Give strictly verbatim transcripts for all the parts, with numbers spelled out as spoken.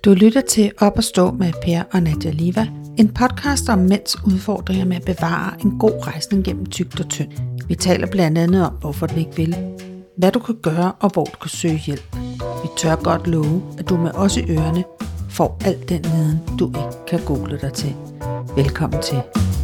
Du lytter til Op at stå med Per og Nadia Liva, en podcast om mænds udfordringer med at bevare en god rejsning gennem tykt og tynd. Vi taler blandt andet om, hvorfor den ikke vil, hvad du kan gøre og hvor du kan søge hjælp. Vi tør godt love, at du med os i ørerne får al den viden, du ikke kan google dig til. Velkommen til.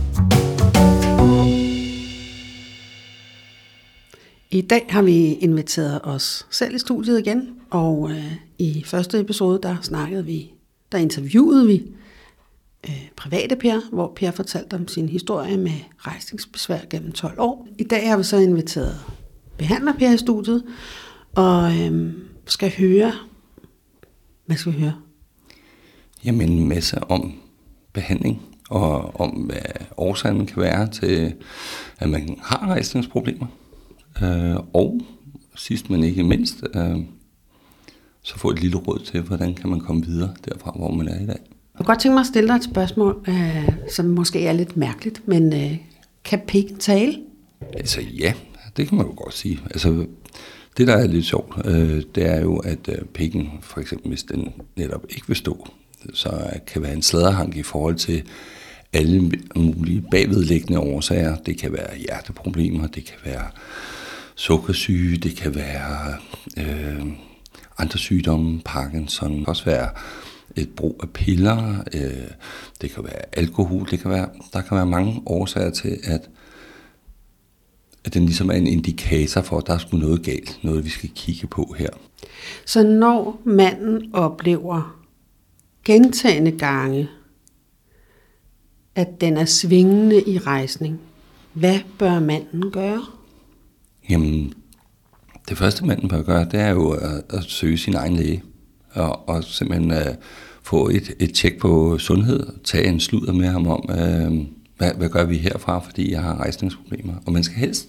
I dag har vi inviteret os selv i studiet igen, og øh, i første episode, der snakkede vi, der interviewede vi øh, private Per, hvor Per fortalte om sin historie med rejsningsbesvær gennem tolv år. I dag har vi så inviteret behandler Per i studiet, og øh, skal høre, hvad skal vi høre? Jamen en masse om behandling, og om hvad årsagen kan være til, at man har rejsningsproblemer. Øh, og sidst men ikke mindst, øh, så få et lille råd til, hvordan kan man komme videre derfra, hvor man er i dag. Jeg kunne godt tænke mig at stille dig et spørgsmål, øh, som måske er lidt mærkeligt, men øh, kan pikken tale? Altså ja, det kan man jo godt sige. Altså det, der er lidt sjovt, øh, det er jo, at øh, pikken, for eksempel hvis den netop ikke vil stå, så kan være en sladderhank i forhold til alle mulige bagvedliggende årsager. Det kan være hjerteproblemer, det kan være sukkersyge, det kan være øh, andre sygdomme, Parkinson, det kan også være et brug af piller, øh, det kan være alkohol, det kan være, der kan være mange årsager til, at, at den ligesom er en indikator for, at der er sgu noget galt, noget vi skal kigge på her. Så når manden oplever gentagne gange, at den er svingende i rejsning, hvad bør manden gøre? Jamen, det første manden bør gøre, det er jo at, at søge sin egen læge, og, og simpelthen uh, få et, et tjek på sundhed, tage en sludder med ham om, uh, hvad, hvad gør vi herfra, fordi jeg har rejsningsproblemer. Og man skal helst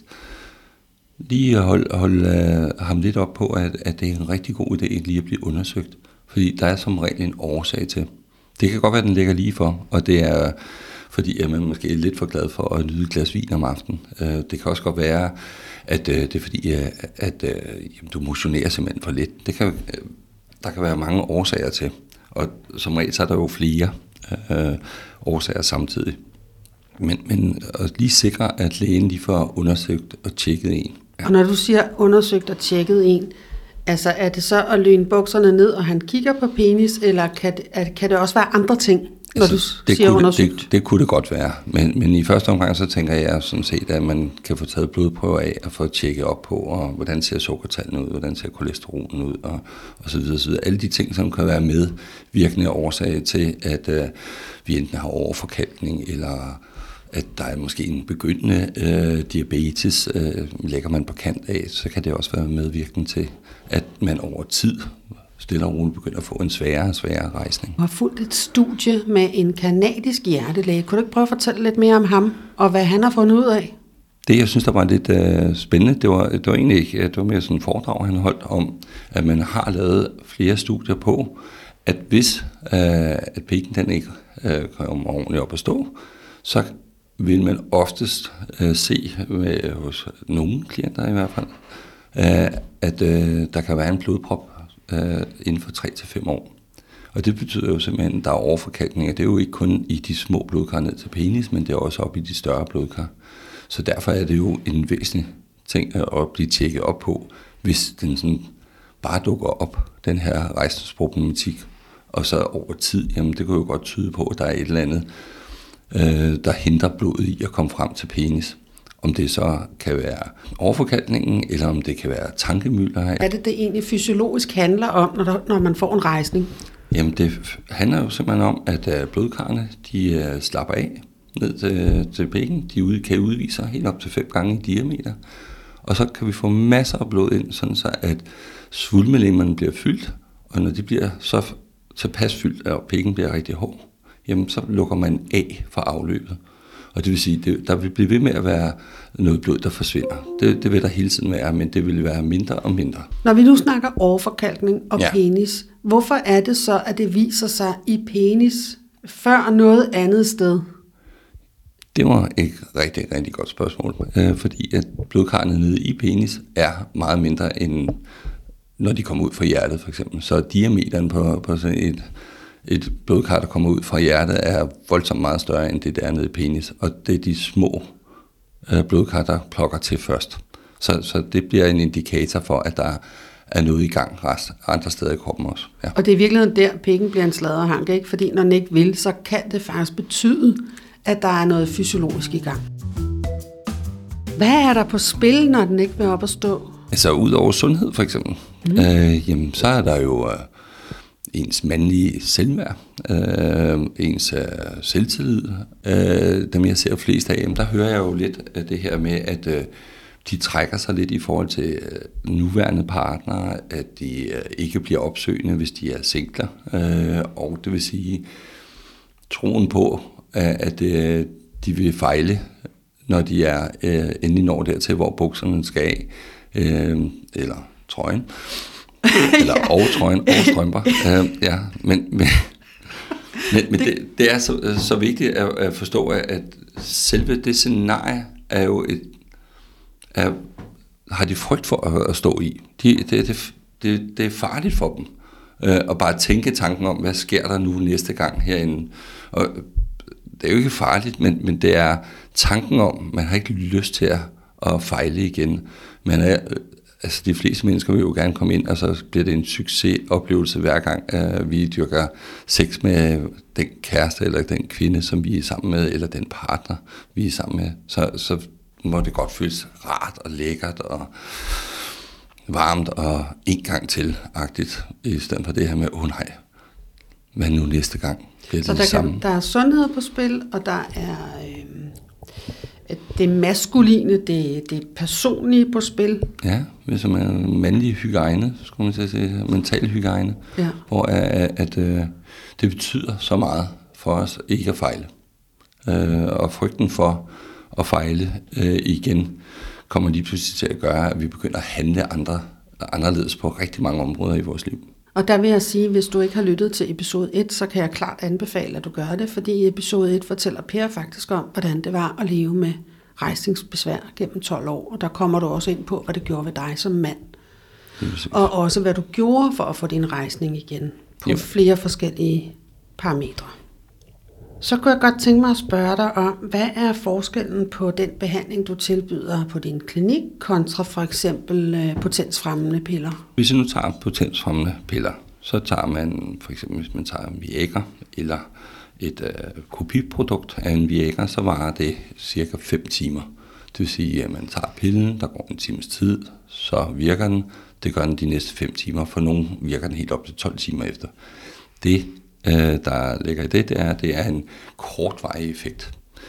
lige holde, holde uh, ham lidt op på, at, at det er en rigtig god idé lige at blive undersøgt, fordi der er som regel en årsag til. Det kan godt være, at den ligger lige for, og det er fordi, at man måske er lidt for glad for at nyde et glas vin om aftenen. Det kan også godt være, at det er fordi, at, at, at jamen, du motionerer simpelthen for lidt. Det kan, der kan være mange årsager til, og som regel så er der jo flere øh, årsager samtidig. Men, men at lige sikre, at lægen lige får undersøgt og tjekket en. Ja. Og når du siger undersøgt og tjekket en, altså er det så at løne bukserne ned, og han kigger på penis, eller kan det, er, kan det også være andre ting, når altså, du det siger kunne, undersøgt? Det, det kunne det godt være, men, men i første omgang så tænker jeg sådan set, at man kan få taget blodprøver af og få tjekket op på, og hvordan ser sukkertallene ud, hvordan ser kolesterolen ud, og, og så videre, så videre. Alle de ting, som kan være med virkende årsag til, at øh, vi enten har overforkalkning, eller at der er måske en begyndende øh, diabetes, øh, lægger man på kant af, så kan det også være medvirkende til, at man over tid stille og roligt begynder at få en sværere og sværere rejsning. Jeg har fulgt et studie med en kanadisk hjertelæge. Kunne du ikke prøve at fortælle lidt mere om ham, og hvad han har fundet ud af? Det, jeg synes, der var lidt øh, spændende, det var, det var egentlig ikke, det var mere sådan en foredrag, han holdt om, at man har lavet flere studier på, at hvis øh, at pikken den ikke øh, kommer ordentligt op at stå, så vil man oftest øh, se med, hos nogle klienter i hvert fald, øh, at øh, der kan være en blodprop øh, inden for tre til fem år. Og det betyder jo simpelthen, at der er overforkalkninger. Det er jo ikke kun i de små blodkar ned til penis, men det er også op i de større blodkar. Så derfor er det jo en væsentlig ting at blive tjekket op på, hvis den sådan bare dukker op, den her rejsningsproblematik. Og så over tid, jamen det kan jo godt tyde på, at der er et eller andet, der hindrer blodet i at komme frem til penis. Om det så kan være overforkalkningen, eller om det kan være tankemylder. Er det det egentlig fysiologisk handler om, når, der, når man får en rejsning? Jamen det handler jo simpelthen om, at blodkarrene de slapper af ned til, til pikken. De ud, kan udvise sig helt op til fem gange i diameter. Og så kan vi få masser af blod ind, sådan så at svulmelemmerne bliver fyldt. Og når de bliver så tilpas fyldt, og pikken bliver rigtig hård, jamen så lukker man af for afløbet. Og det vil sige, at der vil blive ved med at være noget blod, der forsvinder. Det, det vil der hele tiden være, men det vil være mindre og mindre. Når vi nu snakker overforkalkning og ja. penis, hvorfor er det så, at det viser sig i penis før noget andet sted? Det var et rigtig, rigtig godt spørgsmål, øh, fordi at blodkarrene nede i penis er meget mindre end når de kommer ud fra hjertet for eksempel. Så diameteren på, på sådan et et blodkar, der kommer ud fra hjertet, er voldsomt meget større end det, der er nede i penis. Og det er de små øh, blodkar, der plukker til først. Så, så det bliver en indikator for, at der er noget i gang rest, andre steder i kroppen også. Ja. Og det er i virkeligheden der, pikken bliver en sladderhank, ikke? Fordi når den ikke vil, så kan det faktisk betyde, at der er noget fysiologisk i gang. Hvad er der på spil, når den ikke vil op at stå? Altså ud over sundhed for eksempel, mm. øh, jamen, så er der jo øh, ens mandlige selvværd, øh, ens øh, selvtillid. Øh, dem jeg ser flest af, jamen, der hører jeg jo lidt af det her med, at øh, de trækker sig lidt i forhold til øh, nuværende partnere, at de øh, ikke bliver opsøgende, hvis de er singler. Øh, og det vil sige troen på, at øh, de vil fejle, når de er øh, endelig når dertil, hvor bukserne skal af, øh, eller trøjen, eller og trøjen, og strømper. Øh, ja, men, men, men, men det, det er så, så vigtigt at, at forstå, at selve det scenarie er jo et, er, har de frygt for at, at stå i. De, det, det, det, det er farligt for dem øh, at bare tænke tanken om, hvad sker der nu næste gang herinde. Og det er jo ikke farligt, men, men det er tanken om, man har ikke lyst til at, at fejle igen. Man er, altså de fleste mennesker vil jo gerne komme ind, og så bliver det en succesoplevelse hver gang, uh, vi dyrker sex med den kæreste, eller den kvinde, som vi er sammen med, eller den partner, vi er sammen med. Så, så må det godt føles rart og lækkert og varmt og en gang til-agtigt, i stedet for det her med, åh oh, nej, hvad nu næste gang? Det så der, kan, der er sundhed på spil, og der er øh, det maskuline, det, det personlige på spil. Ja, hvis man er mandlig hygiejne, skulle man sige, mental hygiejne, ja. Hvor at, at, at det betyder så meget for os ikke at fejle. Øh, og frygten for at fejle øh, igen kommer lige pludselig til at gøre, at vi begynder at handle andre, anderledes på rigtig mange områder i vores liv. Og der vil jeg sige, hvis du ikke har lyttet til episode et, så kan jeg klart anbefale, at du gør det, fordi i episode et fortæller Per faktisk om, hvordan det var at leve med rejsningsbesvær gennem tolv år. Og der kommer du også ind på, hvad det gjorde ved dig som mand. Og også hvad du gjorde for at få din rejsning igen på yep. flere forskellige parametre. Så kunne jeg godt tænke mig at spørge dig om, hvad er forskellen på den behandling, du tilbyder på din klinik, kontra for eksempel potensfremmende piller? Hvis jeg nu tager potensfremmende piller, så tager man for eksempel, hvis man tager en Viagra eller et øh, kopiprodukt af en Viagra, så varer det cirka fem timer. Det vil sige, at man tager pillen, der går en times tid, så virker den. Det gør den de næste fem timer, for nogen virker den helt op til tolv timer efter. Det der ligger i det, det er, at det er en kortvarig effekt.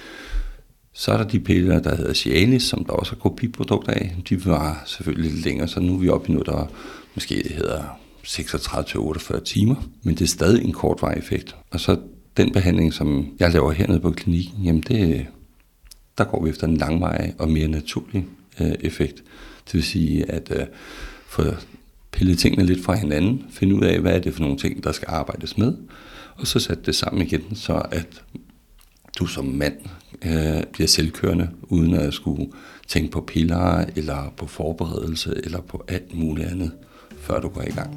Så er der de piller, der hedder Cialis, som der også er kopiprodukter af. De var selvfølgelig lidt længere, så nu er vi oppe i noget, der måske hedder seksogtredive til otteogfyrre timer, men det er stadig en kortvarig effekt. Og så den behandling, som jeg laver hernede på klinikken, jamen det, der går vi efter en langvarig og mere naturlig øh, effekt. Det vil sige, at øh, for pille tingene lidt fra hinanden, finde ud af, hvad er det for nogle ting, der skal arbejdes med, og så sætte det sammen igen, så at du som mand øh, bliver selvkørende, uden at skulle tænke på piller, eller på forberedelse, eller på alt muligt andet, før du går i gang.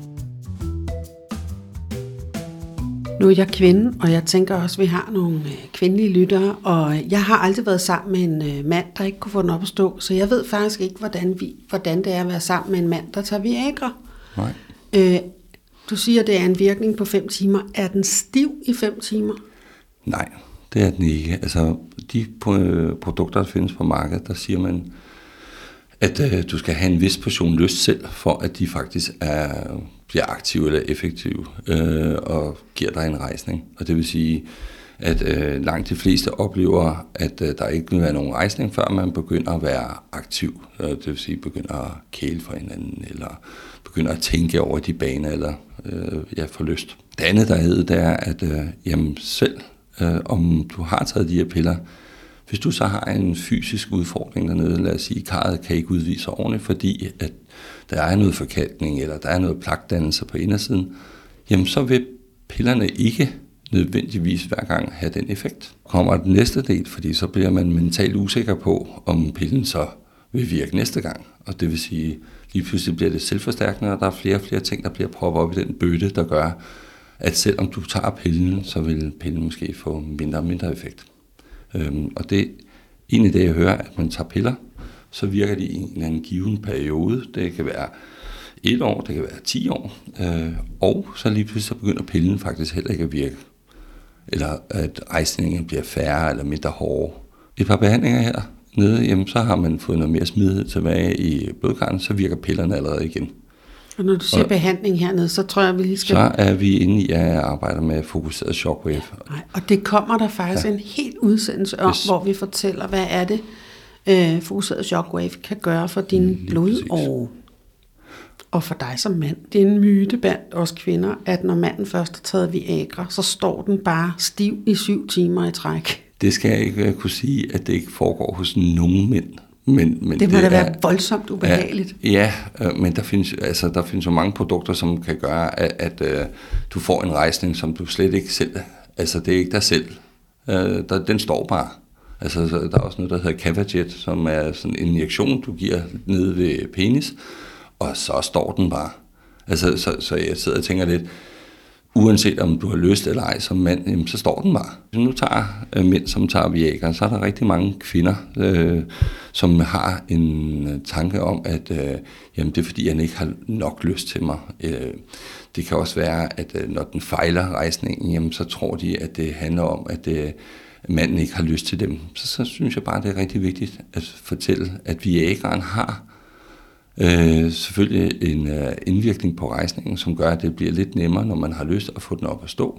Nu er jeg kvinde, og jeg tænker også, at vi har nogle kvindelige lyttere, og jeg har aldrig været sammen med en mand, der ikke kunne få den op at stå, så jeg ved faktisk ikke, hvordan, vi, hvordan det er at være sammen med en mand, der tager Viagra. Nej. Øh, du siger, at det er en virkning på fem timer. Er den stiv i fem timer? Nej, det er den ikke. Altså, de produkter, der findes på markedet, der siger man, at øh, du skal have en vis portion lyst selv, for at de faktisk er, bliver aktive eller effektive øh, og giver dig en rejsning. Og det vil sige, at øh, langt de fleste oplever, at øh, der ikke vil være nogen rejsning, før man begynder at være aktiv. Øh, det vil sige, begynder at kæle for hinanden, eller begynder at tænke over de baner, eller øh, ja, få lyst. Det andet, der hedder, det er, at øh, jamen selv, øh, om du har taget de her piller, hvis du så har en fysisk udfordring dernede, lad os sige, karret kan ikke udvise sig ordentligt, fordi at der er noget forkalkning, eller der er noget plakdannelse på indersiden, jamen så vil pillerne ikke nødvendigvis hver gang have den effekt. Kommer den næste del, fordi så bliver man mentalt usikker på, om pillen så vil virke næste gang. Og det vil sige, lige pludselig bliver det selvforstærkende, og der er flere og flere ting, der bliver proppet op i den bøtte, der gør, at selvom du tager pillen, så vil pillen måske få mindre og mindre effekt. Øhm, og det er egentlig det, jeg hører, at man tager piller, så virker de i en eller anden given periode. Det kan være et år, det kan være ti år, øh, og så lige pludselig så begynder pillen faktisk heller ikke at virke. Eller at rejsningen bliver færre eller mindre hårde. Et par behandlinger her nede, jamen, så har man fået noget mere smidighed tilbage i blodkarren, så virker pillerne allerede igen. Og når du siger og, behandling hernede, så tror jeg, vi lige skal... Så er vi inde i at arbejde med fokuseret shockwave. Nej, og det kommer der faktisk ja. en helt udsendelse om, yes. hvor vi fortæller, hvad er det, øh, fokuseret shockwave kan gøre for din blodåre. Og for dig som mand. Det er en myte blandt os kvinder, at når manden først har taget Viagra, så står den bare stiv i syv timer i træk. Det skal jeg ikke kunne sige, at det ikke foregår hos nogen mænd. Men, men det må det da være er, voldsomt ubehageligt. Ja, ja, men der findes, altså, der findes jo mange produkter, som kan gøre, at, at, at du får en rejsning, som du slet ikke selv... Altså, det er ikke dig selv. Uh, der, den står bare. Altså, der er også noget, der hedder Cavajet, som er sådan en injektion, du giver nede ved penis, og så står den bare. Altså, så, så jeg sidder og tænker lidt, uanset om du har lyst eller ej som mand, jamen, så står den bare. Hvis nu tager øh, mænd, som tager Viagra, så er der rigtig mange kvinder, øh, som har en tanke om, at øh, jamen, det er fordi, han ikke har nok lyst til mig. Øh, det kan også være, at øh, når den fejler rejsningen, jamen, så tror de, at det handler om, at øh, manden ikke har lyst til dem. Så, så synes jeg bare, det er rigtig vigtigt at fortælle, at Viagraen har Øh, selvfølgelig en øh, indvirkning på rejsningen, som gør, at det bliver lidt nemmere, når man har lyst at få den op at stå.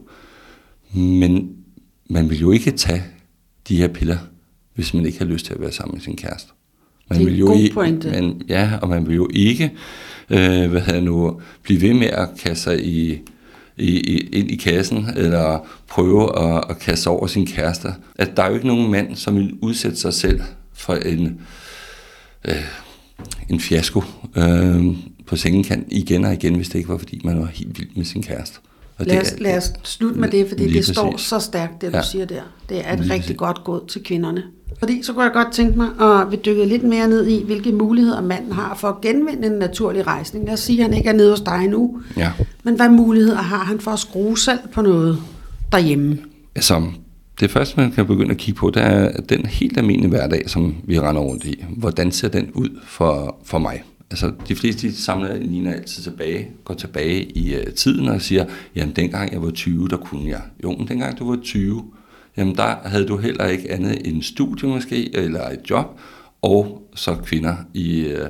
Men man vil jo ikke tage de her piller, hvis man ikke har lyst til at være sammen med sin kæreste. Man det er vil en jo god ikke, pointe. Man, ja, og man vil jo ikke øh, hvad hedder nu, blive ved med at kaste sig i, i, i, ind i kassen, eller prøve at, at kaste over sin kæreste. At der er jo ikke nogen mand, som vil udsætte sig selv for en... Øh, en fiasko øh, på sengekanten igen og igen, hvis det ikke var, fordi man var helt vild med sin kæreste. Og lad, det os, lad os slutte med det, fordi det præcis. står så stærkt, det du ja. siger der. Det er et lige rigtig præcis. godt råd til kvinderne. Fordi så kunne jeg godt tænke mig at vi dykke lidt mere ned i, hvilke muligheder manden har for at genvinde en naturlig rejsning. Lad os sige, at han ikke er nede hos dig nu, ja. men hvad muligheder har han for at skrue selv på noget derhjemme? Altså, det første, man kan begynde at kigge på, det er den helt almindelige hverdag, som vi render rundt i. Hvordan ser den ud for, for mig? Altså, de fleste de samler ligner altid tilbage, går tilbage i uh, tiden og siger, jamen, dengang jeg var tyve, der kunne jeg. Jo, men dengang du var tyve, jamen, der havde du heller ikke andet end studie måske, eller et job, og så kvinder i, uh,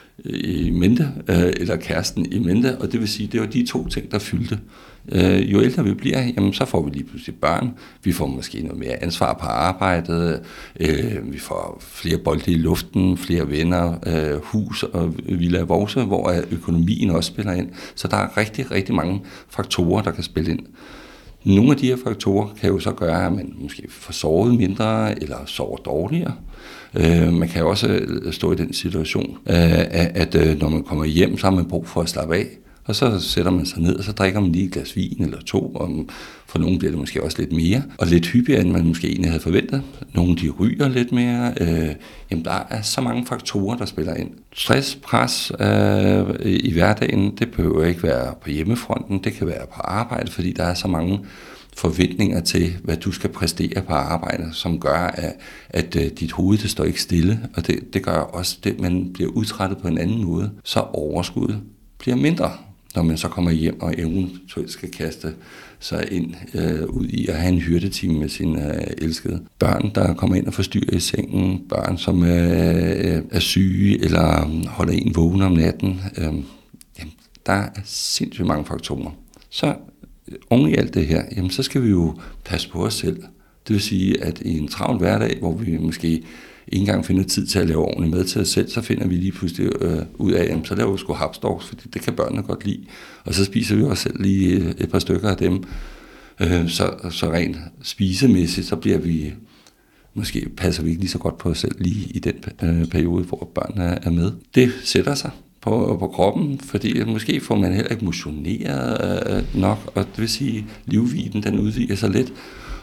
i mente, uh, eller kæresten i mente, og det vil sige, det var de to ting, der fyldte. Øh, jo ældre vi bliver, jamen, så får vi lige pludselig børn, vi får måske noget mere ansvar på arbejdet, øh, vi får flere bolde i luften, flere venner, øh, hus og villa vovse, hvor økonomien også spiller ind. Så der er rigtig, rigtig mange faktorer, der kan spille ind. Nogle af de her faktorer kan jo så gøre, at man måske får sovet mindre eller sover dårligere. Øh, man kan også stå i den situation, øh, at øh, når man kommer hjem, så har man brug for at slappe af. Og så sætter man sig ned, og så drikker man lige et glas vin eller to, og for nogle bliver det måske også lidt mere, og lidt hyppigere, end man måske egentlig havde forventet. Nogle de ryger lidt mere. Øh, jamen, der er så mange faktorer, der spiller ind. Stress, pres øh, i hverdagen, det behøver ikke være på hjemmefronten, det kan være på arbejde, fordi der er så mange forventninger til, hvad du skal præstere på arbejde, som gør, at, at, at dit hoved det står ikke stille, og det, det gør også, at man bliver udtrættet på en anden måde, så overskuddet bliver mindre, når man så kommer hjem og eventuelt skal kaste sig ind øh, ud i at have en hyrdetime med sin øh, elskede. Børn, der kommer ind og forstyrrer i sengen, børn, som øh, er syge eller holder en vågen om natten. Øh, jamen, der er sindssygt mange faktorer. Så oven i alt det her, jamen, så skal vi jo passe på os selv. Det vil sige, at i en travl hverdag, hvor vi måske ikke engang finder tid til at lave ordentligt mad til os selv, så finder vi lige pludselig øh, ud af, jamen, så laver vi sgu hapstorks, fordi det kan børnene godt lide. Og så spiser vi også selv lige et par stykker af dem. Øh, så, så rent spisemæssigt, så bliver vi, måske passer vi ikke lige så godt på os selv lige i den øh, periode, hvor børnene er med. Det sætter sig på, på kroppen, fordi måske får man heller ikke motioneret øh, nok, og det vil sige, at livviden den udvider sig lidt.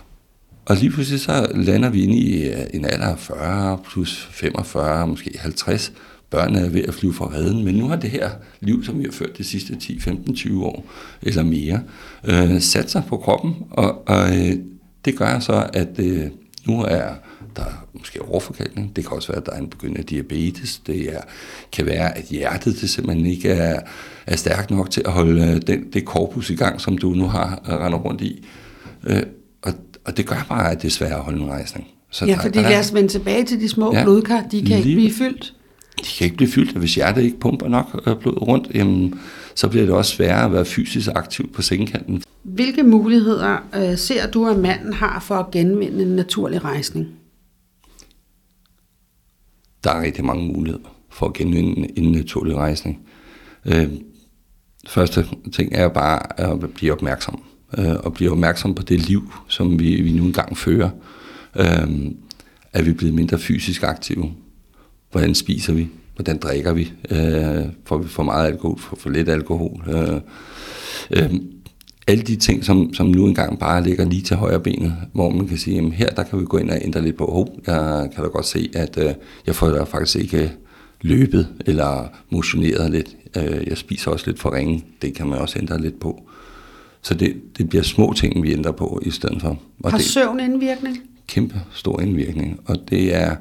Og lige pludselig så lander vi inde i en alder af fyrre plus femogfyrre, måske halvtreds, børnene er ved at flyve fra reden, men nu har det her liv, som vi har ført de sidste ti, femten, tyve år, eller mere, øh, sat sig på kroppen, og, og øh, det gør så, at øh, nu er der måske overforkalkning, det kan også være, at der er en begyndende diabetes, det er, kan være, at hjertet det simpelthen ikke er, er stærkt nok til at holde den, det korpus i gang, som du nu har render rundt i, øh, og, og det gør bare, at det er svært at holde en rejsning. Så ja, der, fordi der, lad os vende tilbage til de små ja, blodkar, de kan lige, ikke blive fyldt. De kan ikke blive fyldt, og hvis hjertet ikke pumper nok blod rundt, jamen, så bliver det også sværere at være fysisk aktiv på sengekanten. Hvilke muligheder øh, ser du, at manden har for at genvinde en naturlig rejsning? Der er rigtig mange muligheder for at genvinde en naturlig rejsning. Øh, første ting er bare at blive opmærksom. Øh, og blive opmærksom på det liv, som vi, vi nu engang fører. Øh, er vi blevet mindre fysisk aktive? Hvordan spiser vi? Hvordan drikker vi? Øh, får vi for meget alkohol? Får for lidt alkohol? Øh, øh, alle de ting, som, som nu engang bare ligger lige til højre benet, hvor man kan sige, jamen her der kan vi gå ind og ændre lidt på, oh, jeg kan da godt se, at øh, jeg får da faktisk ikke løbet eller motioneret lidt. Øh, jeg spiser også lidt for ringe. Det kan man også ændre lidt på. Så det, det bliver små ting, vi ændrer på i stedet for. Og har det, søvn indvirkning? Kæmpe stor indvirkning. Og det er,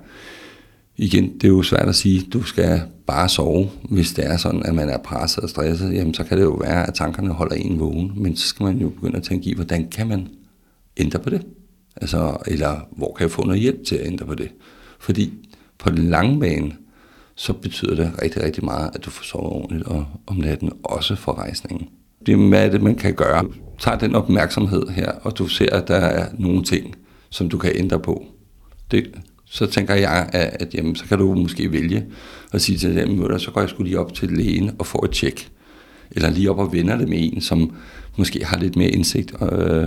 igen, det er jo svært at sige, du skal bare sove. Hvis det er sådan, at man er presset og stresset, jamen så kan det jo være, at tankerne holder en vågen. Men så skal man jo begynde at tænke i, hvordan kan man ændre på det? Altså, eller hvor kan jeg få noget hjælp til at ændre på det? Fordi på den lange bane, så betyder det rigtig, rigtig meget, at du får sovet ordentligt og om natten, også for rejsningen. Det er, hvad det, man kan gøre. Du tager den opmærksomhed her, og du ser, at der er nogle ting, som du kan ændre på. Det, så tænker jeg, at, at jamen, så kan du måske vælge at sige til dem, så går jeg sgu lige op til lægen og får et tjek. Eller lige op og vender det med en, som måske har lidt mere indsigt øh,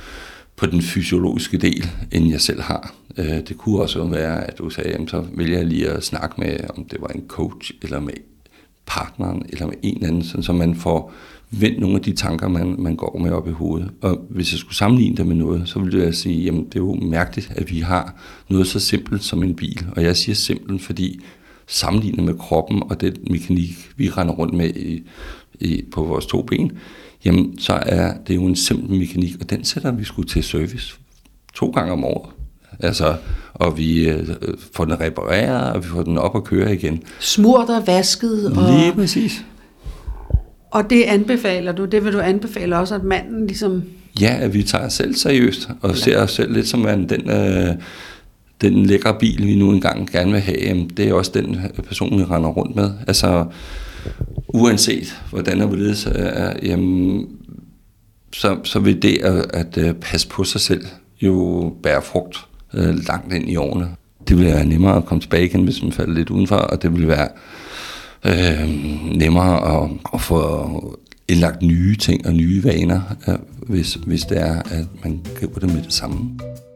på den fysiologiske del, end jeg selv har. Øh, det kunne også være, at du sagde, jamen, så vælger jeg lige at snakke med, om det var en coach, eller med partneren, eller med en anden, sådan, så man får vendt nogle af de tanker, man, man går med op i hovedet. Og hvis jeg skulle sammenligne det med noget, så ville jeg sige, jamen det er jo mærkeligt, at vi har noget så simpelt som en bil. Og jeg siger simpelt, fordi sammenlignet med kroppen og den mekanik, vi render rundt med i, i, på vores to ben, jamen så er det jo en simpel mekanik, og den sætter vi sgu til service to gange om året. Altså, og vi øh, får den repareret, og vi får den op og køre igen. Smurt og vasket. Og... Lige præcis. Og det anbefaler du, det vil du anbefale også, at manden ligesom... Ja, at vi tager os selv seriøst, og ja. ser os selv lidt som en, den, øh, den lækre bil, vi nu engang gerne vil have. Jamen, det er også den person, vi render rundt med. Altså, uanset hvordan der vil det, øh, jamen, så, så vil det at, at, at passe på sig selv jo bære frugt øh, langt ind i årene. Det vil være nemmere at komme tilbage igen, hvis man falder lidt udenfor, og det vil være øh, nemmere at, at få indlagt nye ting og nye vaner, øh, hvis, hvis det er, at man griber det med det samme.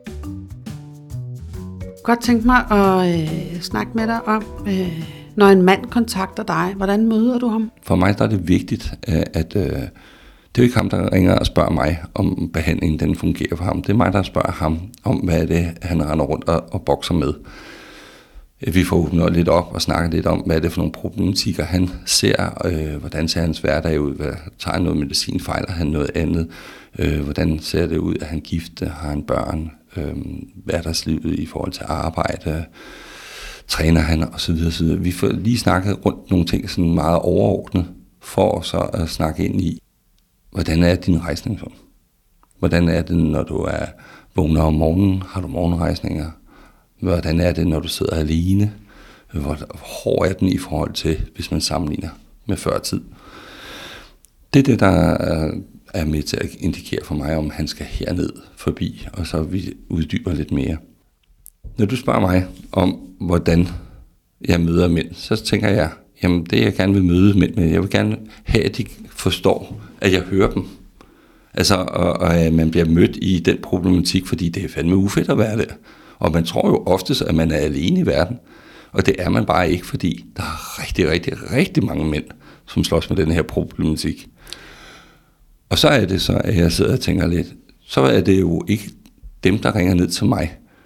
Godt tænke mig at øh, snakke med dig om, øh, når en mand kontakter dig, hvordan møder du ham? For mig der er det vigtigt, at øh, det er jo ikke ham, der ringer og spørger mig, om behandlingen den fungerer for ham. Det er mig, der spørger ham om, hvad er det, han render rundt og, og bokser med. Vi får åbnet lidt op og snakket lidt om, hvad er det for nogle problematikker, han ser. Øh, hvordan ser hans hverdag ud? Hvad, tager han noget medicin? Fejler han noget andet? Øh, hvordan ser det ud? Er han gift? Har han børn? Øh, hverdagslivet i forhold til arbejde? Træner han? Og så videre, så videre. Vi får lige snakket rundt nogle ting sådan meget overordnet, for så at snakke ind i, hvordan er din rejsning så? Hvordan er det, når du er vågner om morgenen? Har du morgenrejsninger? Hvordan er det, når du sidder alene? Hvor hård er den i forhold til, hvis man sammenligner med før tid? Det er det, der er med til at indikere for mig, om han skal herned forbi, og så vi uddyber lidt mere. Når du spørger mig om, hvordan jeg møder mænd, så tænker jeg, jamen det jeg gerne vil møde mænd med, jeg vil gerne have, at de forstår, at jeg hører dem. Altså, og, og at man bliver mødt i den problematik, fordi det er fandme ufedt at være der. Og man tror jo oftest, at man er alene i verden. Og det er man bare ikke, fordi der er rigtig, rigtig, rigtig mange mænd, som slås med den her problematik. Og så er det så, at jeg sidder og tænker lidt, så er det jo ikke dem, der ringer ned til mig.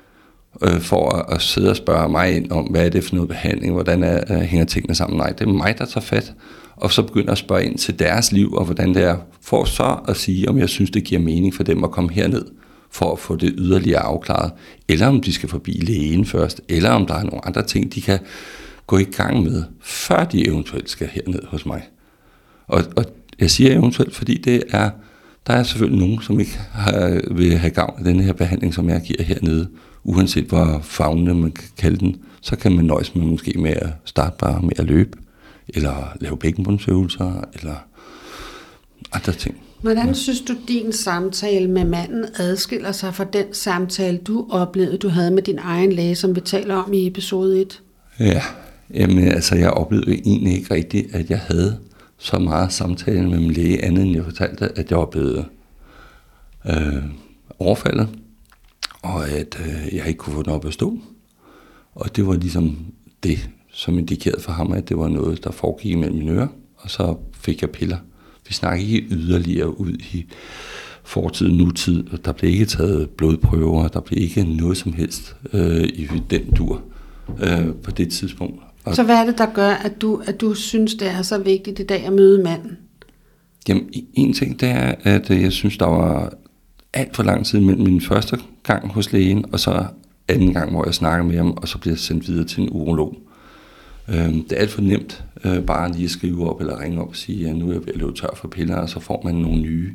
øh, for at, at sidde og spørge mig ind om, hvad er det for noget behandling, hvordan er, øh, hænger tingene sammen. Nej, det er mig, der tager fat, og så begynder at spørge ind til deres liv, og hvordan det er, for så at sige, om jeg synes, det giver mening for dem at komme herned, for at få det yderligere afklaret, eller om de skal forbi lægen først, eller om der er nogle andre ting, de kan gå i gang med, før de eventuelt skal herned hos mig. Og, og jeg siger eventuelt, fordi det er, der er selvfølgelig nogen, som ikke har, vil have gavn af den her behandling, som jeg giver hernede, uanset hvor favnende man kan kalde den, så kan man nøjes med måske med at starte bare med at løbe, eller lave bækkenbundsøvelser, eller andre ting. Hvordan ja. synes du, din samtale med manden adskiller sig fra den samtale, du oplevede, du havde med din egen læge, som vi taler om i episode et? Ja, jamen altså jeg oplevede egentlig ikke rigtigt, at jeg havde så meget samtale med min læge, andet end jeg fortalte, at jeg var blevet øh, overfaldet, og at øh, jeg ikke kunne få den op at stå. Og det var ligesom det, som indikerede for ham, at det var noget, der foregik mellem mine ører, og så fik jeg piller. Vi snakker ikke yderligere ud i fortid, nutid, og der blev ikke taget blodprøver, der blev ikke noget som helst øh, i den dur øh, på det tidspunkt. Og så hvad er det, der gør, at du, at du synes, det er så vigtigt i dag at møde manden? Jamen, en ting, det er, at jeg synes, der var alt for lang tid mellem min første gang hos lægen, og så anden gang, hvor jeg snakker med ham, og så bliver jeg sendt videre til en urolog. Det er alt for nemt bare lige at skrive op eller ringe op og sige, at nu er jeg ved at løbe tør for piller, og så får man nogle nye.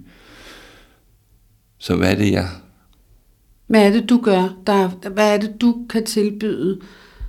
Så hvad er det, jeg... Hvad er det, du gør? Der, hvad er det, du kan tilbyde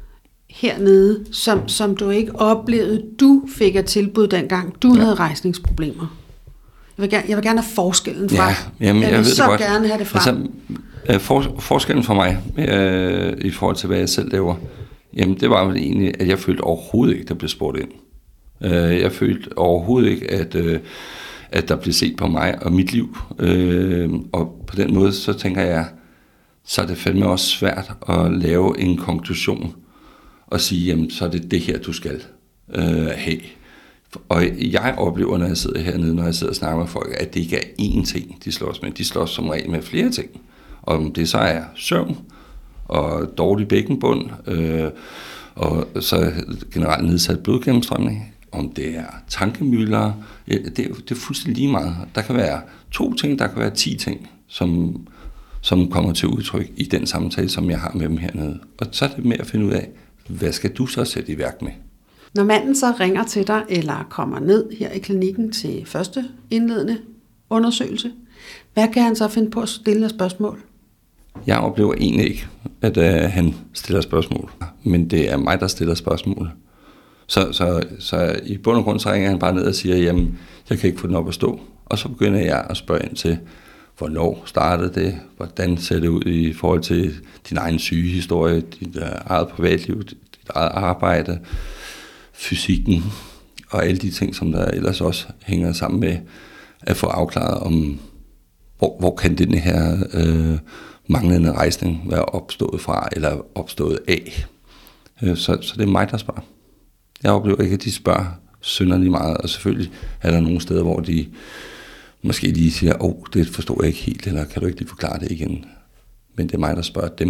hernede, som, som du ikke oplevede, du fik et tilbud dengang, du ja. havde rejsningsproblemer? Jeg vil, gerne, jeg vil gerne have forskellen fra. Ja, jamen, jeg, jeg vil ved så det godt. gerne have det fra. Altså, for, forskellen for mig, øh, i forhold til, hvad jeg selv laver, jamen, det var vel egentlig, at jeg følte overhovedet ikke, der blev spurgt ind. Øh, jeg følte overhovedet ikke, at, øh, at der blev set på mig og mit liv. Øh, og på den måde, så tænker jeg, så er det fandme også svært at lave en konklusion og sige, jamen, så er det det her, du skal øh, have. Og jeg oplever, når jeg sidder hernede, når jeg sidder og snakker med folk, at det ikke er én ting, de slås med. De slås som regel med flere ting. Og om det så er søvn og dårlig bækkenbund, øh, og så generelt nedsat blodgennemstrømning, om det er tankemylder, det, det er fuldstændig lige meget. Der kan være to ting, der kan være ti ting, som, som kommer til udtryk i den samtale, som jeg har med dem hernede. Og så er det med at finde ud af, hvad skal du så sætte i værk med? Når manden så ringer til dig, eller kommer ned her i klinikken til første indledende undersøgelse, hvad kan han så finde på at stille af spørgsmål? Jeg oplever egentlig ikke, at øh, han stiller spørgsmål, men det er mig, der stiller spørgsmål. Så, så, så i bund og grund så ringer han bare ned og siger, jamen, jeg kan ikke få den op at stå. Og så begynder jeg at spørge ind til, hvornår startede det, hvordan ser det ud i forhold til din egen sygehistorie, dit eget privatliv, dit eget arbejde, fysikken og alle de ting, som der ellers også hænger sammen med at få afklaret om, hvor, hvor kan den her øh, manglende rejsning være opstået fra eller opstået af. Så, så det er mig, der spørger. Jeg oplever ikke, at de spørger synderligt meget, og selvfølgelig er der nogle steder, hvor de måske lige siger, åh, oh, det forstår jeg ikke helt, eller kan du ikke lige forklare det igen? Men det er mig, der spørger dem.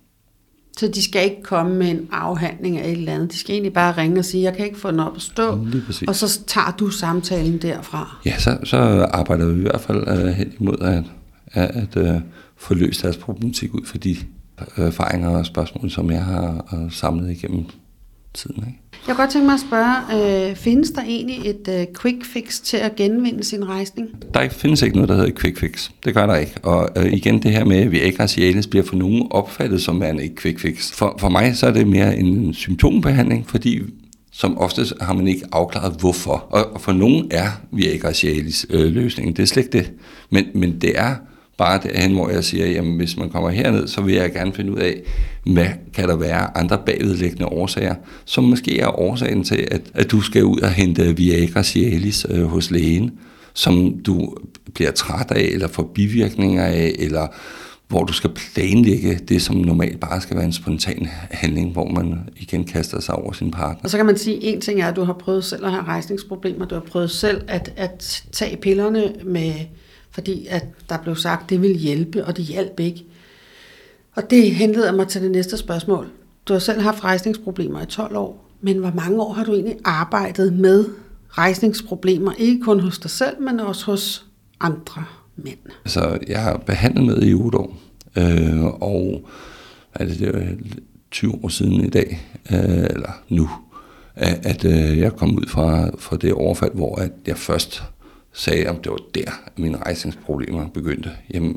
Så de skal ikke komme med en afhandling af et eller andet. De skal egentlig bare ringe og sige, jeg kan ikke få den op at stå, og så tager du samtalen derfra. Ja, så, så arbejder vi i hvert fald uh, hen imod at, at, at uh, få løst deres problematik ud for de uh, erfaringer og spørgsmål, som jeg har uh, samlet igennem tiden. Ikke? Jeg kunne godt tænke mig at spørge, øh, findes der egentlig et øh, quick fix til at genvinde sin rejsning? Der findes ikke noget, der hedder et quick fix. Det gør der ikke. Og øh, igen det her med, at Viagra Cialis bliver for nogen opfattet som en ikke quick fix. For, for mig så er det mere en symptombehandling, fordi som oftest har man ikke afklaret hvorfor. Og, og for nogen er Viagra Cialis øh, løsningen. Det er slet ikke det. Men, men det er bare derhen, hvor jeg siger, jamen hvis man kommer herned, så vil jeg gerne finde ud af, hvad kan der være andre bagvedliggende årsager, som måske er årsagen til, at, at du skal ud og hente Viagra Cialis øh, hos lægen, som du bliver træt af, eller får bivirkninger af, eller hvor du skal planlægge det, som normalt bare skal være en spontan handling, hvor man igen kaster sig over sin partner. Og så kan man sige, at en ting er, at du har prøvet selv at have rejsningsproblemer, du har prøvet selv at, at tage pillerne med, fordi at der blev sagt, at det ville hjælpe, og det hjalp ikke. Og det henleder mig til det næste spørgsmål. Du har selv haft rejsningsproblemer i tolv år, men hvor mange år har du egentlig arbejdet med rejsningsproblemer? Ikke kun hos dig selv, men også hos andre mænd. Altså, jeg har behandlet med i otte år, øh, og er det, det var tyve år siden i dag, øh, eller nu, at, at øh, jeg kom ud fra, fra det overfald, hvor at jeg først sagde, om det var der, at mine rejsningsproblemer begyndte. Jamen,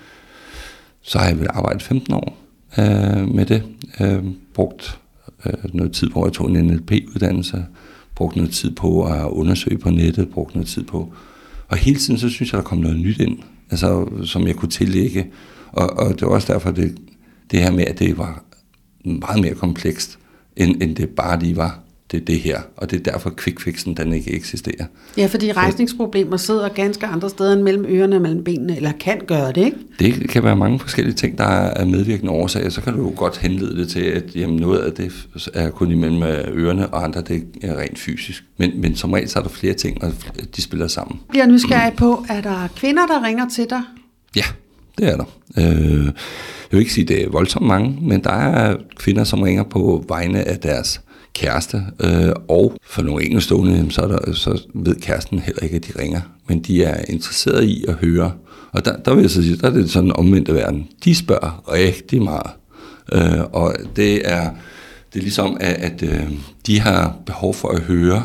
så har jeg vel arbejdet femten år øh, med det. Øh, brugt øh, noget tid på, at jeg tog en N L P-uddannelse, brugt noget tid på at undersøge på nettet, brugt noget tid på. Og hele tiden, så synes jeg, der kom noget nyt ind, altså, som jeg kunne tillægge. Og, og det var også derfor, det, det her med, at det var meget mere komplekst, end, end det bare lige var det, det her. Og det er derfor, quick-fixen, den ikke eksisterer. Ja, fordi rejsningsproblemer sidder ganske andre steder end mellem ørerne og mellem benene, eller kan gøre det, ikke? Det kan være mange forskellige ting, der er medvirkende årsager. Så kan du jo godt henlede det til, at jamen, noget af det er kun imellem ørerne, og andre det er rent fysisk. Men, men som regel, så er der flere ting, og de spiller sammen. Jeg bliver nysgerrig på, er der kvinder, der ringer til dig? Ja, det er der. Øh, jeg vil ikke sige, at det er voldsomt mange, men der er kvinder, som ringer på vegne af deres kæreste, øh, og for nogle enkeltstående, så, er der, så ved kæresten heller ikke, at de ringer, men de er interesseret i at høre. Og der, der vil jeg så sige, der er det sådan en omvendt verden. De spørger rigtig meget, øh, og det er, det er ligesom, at, at øh, de har behov for at høre,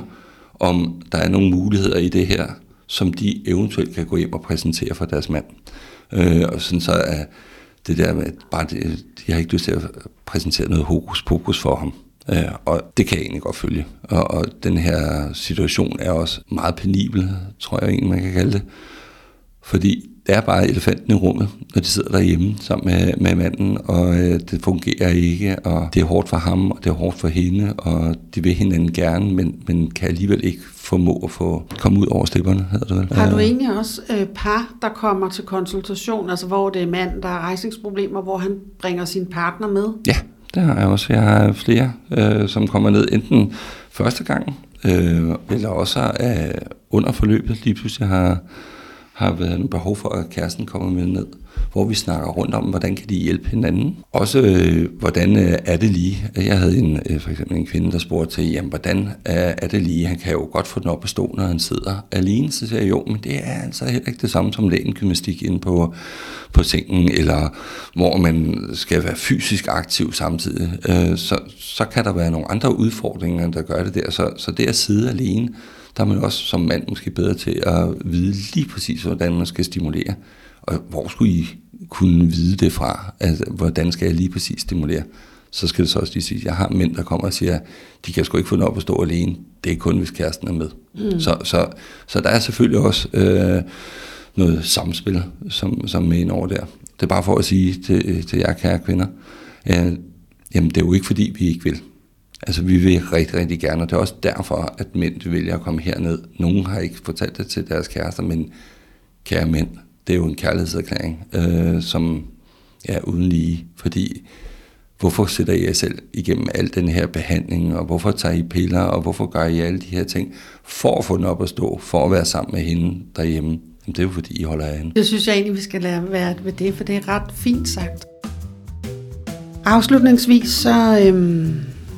om der er nogle muligheder i det her, som de eventuelt kan gå hjem og præsentere for deres mand. Øh, og sådan så er det der med, bare det, de har ikke lyst til at præsentere noget hokus pokus for ham. Uh, og det kan jeg egentlig godt følge. Og, og den her situation er også meget penibel, tror jeg egentlig, man kan kalde det. Fordi det er bare elefanten i rummet, når de sidder derhjemme sammen med, med manden, og uh, det fungerer ikke, og det er hårdt for ham, og det er hårdt for hende, og de vil hinanden gerne, men, men kan alligevel ikke formå at få komme ud over stepperne, hedder det vel. Har du egentlig også øh, par, der kommer til konsultation, altså hvor det er mand, der har rejsningsproblemer, hvor han bringer sin partner med? Ja. Det har jeg også. Jeg har flere, øh, som kommer ned enten første gang, øh, eller også øh, under forløbet. Lige pludselig har, har været en behov for, at kæresten kommer med ned, hvor vi snakker rundt om, hvordan kan de hjælpe hinanden. Også, øh, hvordan øh, er det lige? Jeg havde en, øh, for eksempel en kvinde, der spurgte til, jamen, hvordan er, er det lige? Han kan jo godt få den op at stå, når han sidder alene. Så siger jeg, jo, men det er altså heller ikke det samme som længdegymnastik inde på, på sengen, eller hvor man skal være fysisk aktiv samtidig. Øh, så, så kan der være nogle andre udfordringer, der gør det der. Så, så det at sidde alene, der er man også som mand måske bedre til at vide lige præcis, hvordan man skal stimulere. Og hvor skulle I kunne vide det fra? Altså, hvordan skal jeg lige præcis stimulere? Så skal det så også lige sige, at jeg har mænd, der kommer og siger, at de kan sgu ikke få den op at stå alene. Det er kun, hvis kæresten er med. Mm. Så, så, så der er selvfølgelig også øh, noget samspil, som, som med ind over der. Det er bare for at sige til, til jer kære kvinder, øh, jamen det er jo ikke fordi, vi ikke vil. Altså vi vil rigtig, rigtig gerne, og det er også derfor, at mænd vælger at komme herned. Nogen har ikke fortalt det til deres kærester, men kære mænd, det er jo en kærlighedserklæring, øh, som er uden lige, fordi hvorfor sætter I jer selv igennem al den her behandling, og hvorfor tager I piller, og hvorfor gør I alle de her ting, for at få den op at stå, for at være sammen med hende derhjemme? Jamen, det er jo fordi, I holder af hende. Det synes jeg egentlig, vi skal lade være ved det, for det er ret fint sagt. Afslutningsvis, så øhm,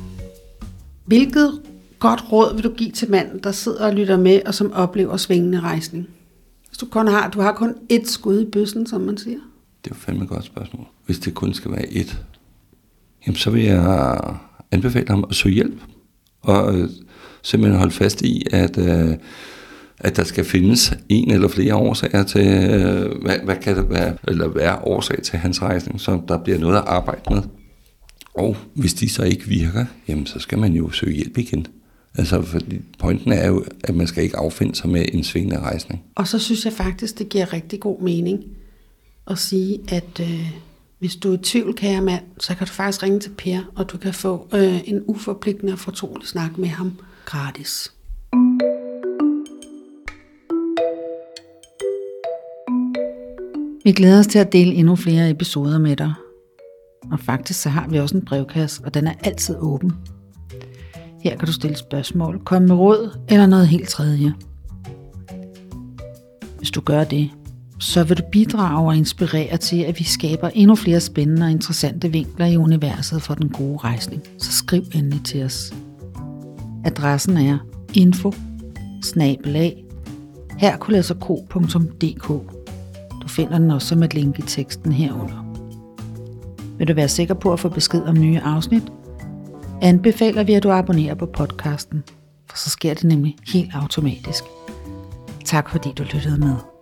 hvilket godt råd vil du give til manden, der sidder og lytter med, og som oplever svingende rejsning? Hvis du kun har, du har kun ét skud i bøssen, som man siger. Det er jo fandme et godt spørgsmål. Hvis det kun skal være ét, jamen så vil jeg anbefale ham at søge hjælp. Og øh, simpelthen holde fast i, at, øh, at der skal findes en eller flere årsager til, øh, hvad, hvad kan det være, eller være årsag til hans rejsning, så der bliver noget at arbejde med. Og hvis de så ikke virker, jamen så skal man jo søge hjælp igen. Altså, fordi pointen er jo, at man skal ikke affinde sig med en svingende rejsning. Og så synes jeg faktisk, det giver rigtig god mening at sige, at øh, hvis du er i tvivl, kære mand, så kan du faktisk ringe til Per, og du kan få øh, en uforpligtende og fortrolig snak med ham gratis. Vi glæder os til at dele endnu flere episoder med dig. Og faktisk så har vi også en brevkasse, og den er altid åben. Her kan du stille spørgsmål, komme med råd eller noget helt tredje. Hvis du gør det, så vil du bidrage og inspirere til, at vi skaber endnu flere spændende og interessante vinkler i universet for den gode rejsning. Så skriv endelig til os. Adressen er info bindestreg hercules og co punktum d k. Du finder den også som et link i teksten herunder. Vil du være sikker på at få besked om nye afsnit, anbefaler vi, at du abonnerer på podcasten, for så sker det nemlig helt automatisk. Tak fordi du lyttede med.